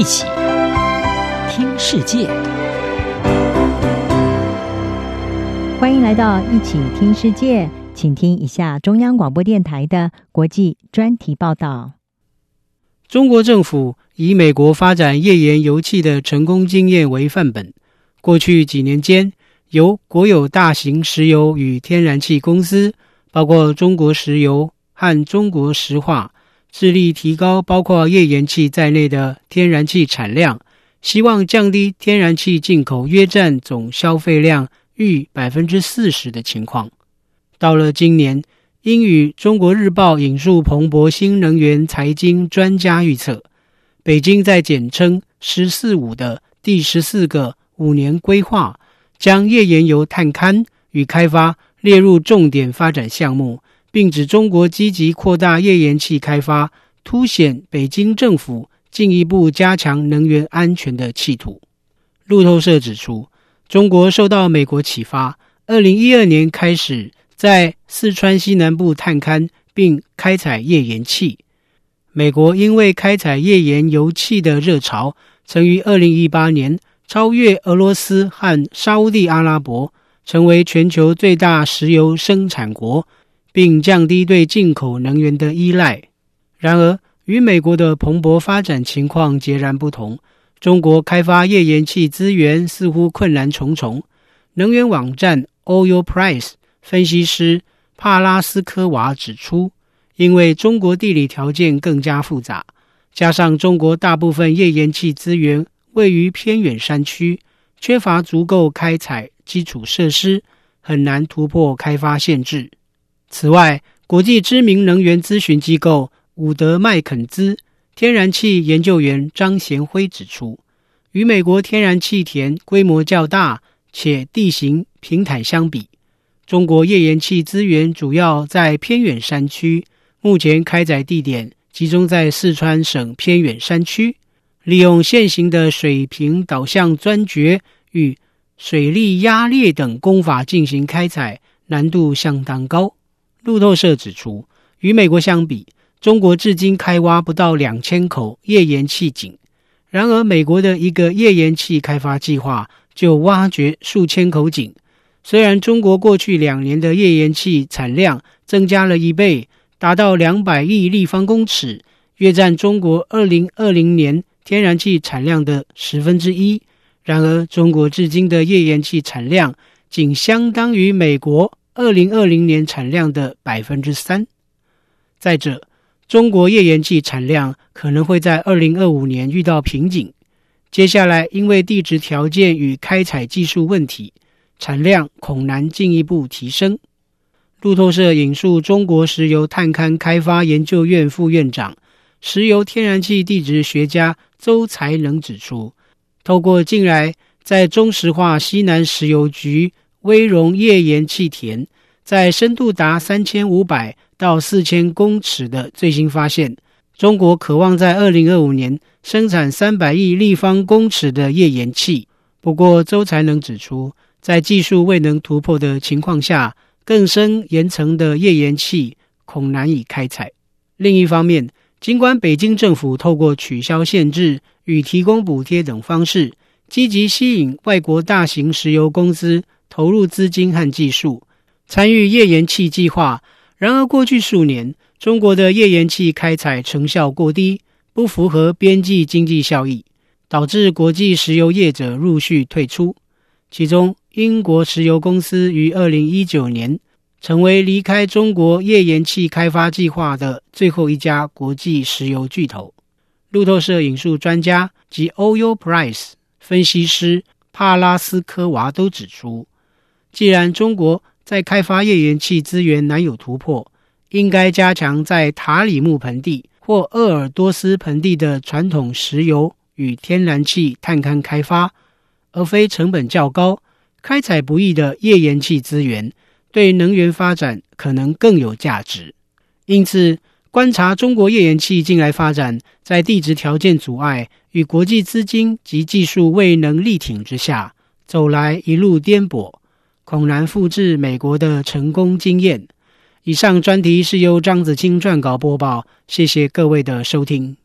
一起听世界。 欢迎来到一起听世界，请听一下中央广播电台的国际专题报道。 中国政府以美国发展页岩油气的成功经验为范本，过去几年间，由国有大型石油与天然气公司，包括中国石油和中国石化，致力提高包括页岩气在内的天然气产量，希望降低天然气进口约占总消费量逾 40% 的情况。到了今年，英语中国日报引述彭博新能源财经专家预测，北京在简称“14-5”的第14个5年规划，将页岩油探勘与开发列入重点发展项目，并指中国积极扩大页岩气开发，凸显北京政府进一步加强能源安全的企图。路透社指出，中国受到美国启发，2012年开始在四川西南部探勘并开采页岩气。美国因为开采页岩油气的热潮，曾于2018年超越俄罗斯和沙烏地阿拉伯，成为全球最大石油生产国，并降低对进口能源的依赖。然而，与美国的蓬勃发展情况截然不同，中国开发页岩气资源似乎困难重重。能源网站 Oil Price 分析师帕拉斯科娃指出，因为中国地理条件更加复杂，加上中国大部分页岩气资源位于偏远山区，缺乏足够开采基础设施，很难突破开发限制。此外，国际知名能源咨询机构伍德麦肯兹天然气研究员张贤辉指出，与美国天然气田规模较大且地形平坦相比，中国页岩气资源主要在偏远山区，目前开采地点集中在四川省偏远山区，利用现行的水平导向钻掘与水力压裂等工法进行开采，难度相当高。路透社指出，与美国相比，中国至今开挖不到2000口页岩气井，然而美国的一个页岩气开发计划就挖掘数千口井。虽然中国过去2年的页岩气产量增加了1倍，达到200亿立方公尺，约占中国2020年天然气产量的1/10，然而中国至今的页岩气产量仅相当于美国2020年产量的 3%。 再者，中国页岩气产量可能会在2025年遇到瓶颈，接下来因为地质条件与开采技术问题，产量恐难进一步提升。路透社引述中国石油探勘开发研究院副院长、石油天然气地质学家周才能指出，透过近来在中石化西南石油局威荣页岩气田，在深度达3500到4000公尺的最新发现，中国渴望在2025年生产300亿立方公尺的页岩气。不过周才能指出，在技术未能突破的情况下，更深岩层的页岩气恐难以开采。另一方面，尽管北京政府透过取消限制与提供补贴等方式，积极吸引外国大型石油公司投入资金和技术，参与页岩气计划，然而过去数年，中国的页岩气开采成效过低，不符合边际经济效益，导致国际石油业者陆续退出。其中，英国石油公司于2019年成为离开中国页岩气开发计划的最后一家国际石油巨头。路透社引述专家及 Oil Price 分析师帕拉斯科娃都指出，既然中国在开发页岩气资源难有突破，应该加强在塔里木盆地或鄂尔多斯盆地的传统石油与天然气探勘开发，而非成本较高、开采不易的页岩气资源，对能源发展可能更有价值。因此，观察中国页岩气近来发展，在地质条件阻碍与国际资金及技术未能力挺之下，走来一路颠簸，恐难复制美国的成功经验。以上专题是由张子清撰稿播报，谢谢各位的收听。